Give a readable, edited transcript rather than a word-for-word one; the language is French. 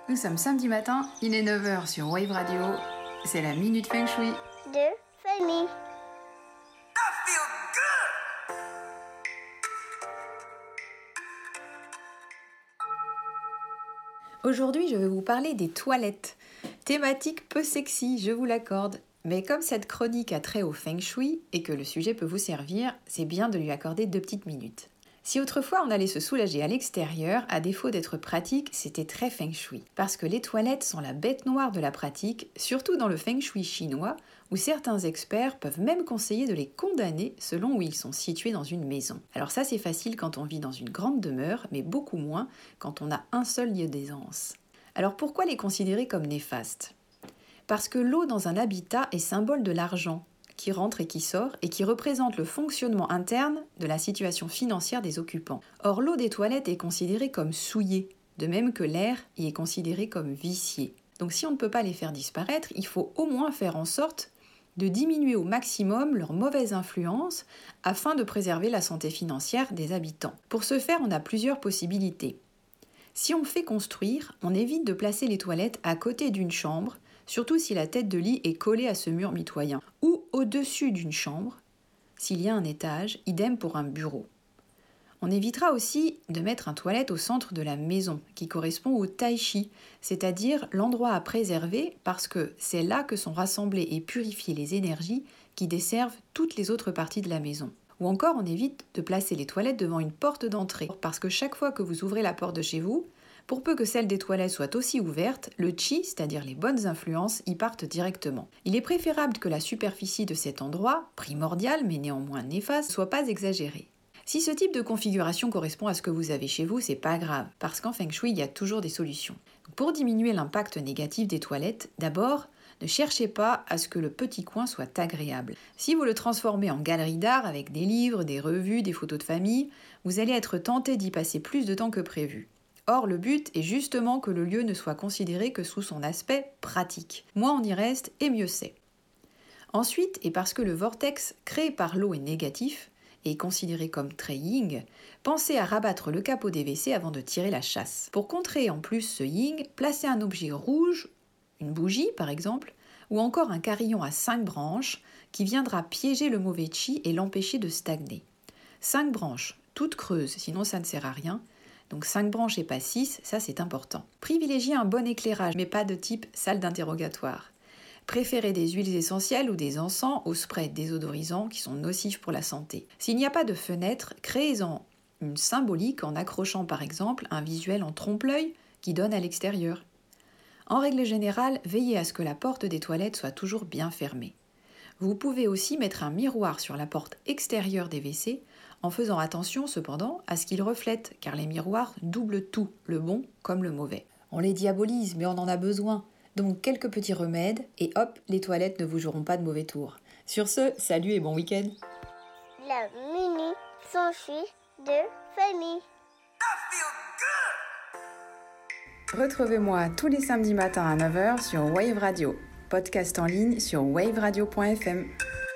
Nous sommes samedi matin, il est 9h sur Wave Radio. C'est la Minute Feng Shui de Fanny. Aujourd'hui, je vais vous parler des toilettes. Thématique peu sexy, je vous l'accorde. Mais comme cette chronique a trait au Feng Shui et que le sujet peut vous servir, c'est bien de lui accorder 2 petites minutes. Si autrefois on allait se soulager à l'extérieur, à défaut d'être pratique, c'était très Feng Shui. Parce que les toilettes sont la bête noire de la pratique, surtout dans le Feng Shui chinois, où certains experts peuvent même conseiller de les condamner selon où ils sont situés dans une maison. Alors ça c'est facile quand on vit dans une grande demeure, mais beaucoup moins quand on a un seul lieu d'aisance. Alors pourquoi les considérer comme néfastes ? Parce que l'eau dans un habitat est symbole de l'argent, qui rentre et qui sort, et qui représente le fonctionnement interne de la situation financière des occupants. Or, l'eau des toilettes est considérée comme souillée, de même que l'air y est considéré comme vicié. Donc si on ne peut pas les faire disparaître, il faut au moins faire en sorte de diminuer au maximum leur mauvaise influence afin de préserver la santé financière des habitants. Pour ce faire, on a plusieurs possibilités. Si on fait construire, on évite de placer les toilettes à côté d'une chambre, surtout si la tête de lit est collée à ce mur mitoyen, ou au-dessus d'une chambre, s'il y a un étage, idem pour un bureau. On évitera aussi de mettre un toilette au centre de la maison, qui correspond au tai chi, c'est-à-dire l'endroit à préserver parce que c'est là que sont rassemblées et purifiées les énergies qui desservent toutes les autres parties de la maison. Ou encore, on évite de placer les toilettes devant une porte d'entrée, parce que chaque fois que vous ouvrez la porte de chez vous, pour peu que celle des toilettes soit aussi ouverte, le chi, c'est-à-dire les bonnes influences, y partent directement. Il est préférable que la superficie de cet endroit, primordial mais néanmoins néfaste, soit pas exagérée. Si ce type de configuration correspond à ce que vous avez chez vous, c'est pas grave, parce qu'en Feng Shui, il y a toujours des solutions. Pour diminuer l'impact négatif des toilettes, d'abord, ne cherchez pas à ce que le petit coin soit agréable. Si vous le transformez en galerie d'art avec des livres, des revues, des photos de famille, vous allez être tenté d'y passer plus de temps que prévu. Or, le but est justement que le lieu ne soit considéré que sous son aspect pratique. Moins on y reste, et mieux c'est. Ensuite, et parce que le vortex créé par l'eau est négatif, et considéré comme très yin, pensez à rabattre le capot des WC avant de tirer la chasse. Pour contrer en plus ce yin, placez un objet rouge, une bougie par exemple, ou encore un carillon à 5 branches qui viendra piéger le mauvais chi et l'empêcher de stagner. 5 branches, toutes creuses, sinon ça ne sert à rien. Donc 5 branches et pas 6, ça c'est important. Privilégiez un bon éclairage, mais pas de type salle d'interrogatoire. Préférez des huiles essentielles ou des encens aux sprays désodorisants qui sont nocifs pour la santé. S'il n'y a pas de fenêtre, créez-en une symbolique en accrochant par exemple un visuel en trompe-l'œil qui donne à l'extérieur. En règle générale, veillez à ce que la porte des toilettes soit toujours bien fermée. Vous pouvez aussi mettre un miroir sur la porte extérieure des WC en faisant attention cependant à ce qu'ils reflètent, car les miroirs doublent tout, le bon comme le mauvais. On les diabolise, mais on en a besoin. Donc quelques petits remèdes, et hop, les toilettes ne vous joueront pas de mauvais tours. Sur ce, salut et bon week-end. La Minute Feng Shui de Fanny. Retrouvez-moi tous les samedis matins à 9h sur Wave Radio. Podcast en ligne sur waveradio.fm.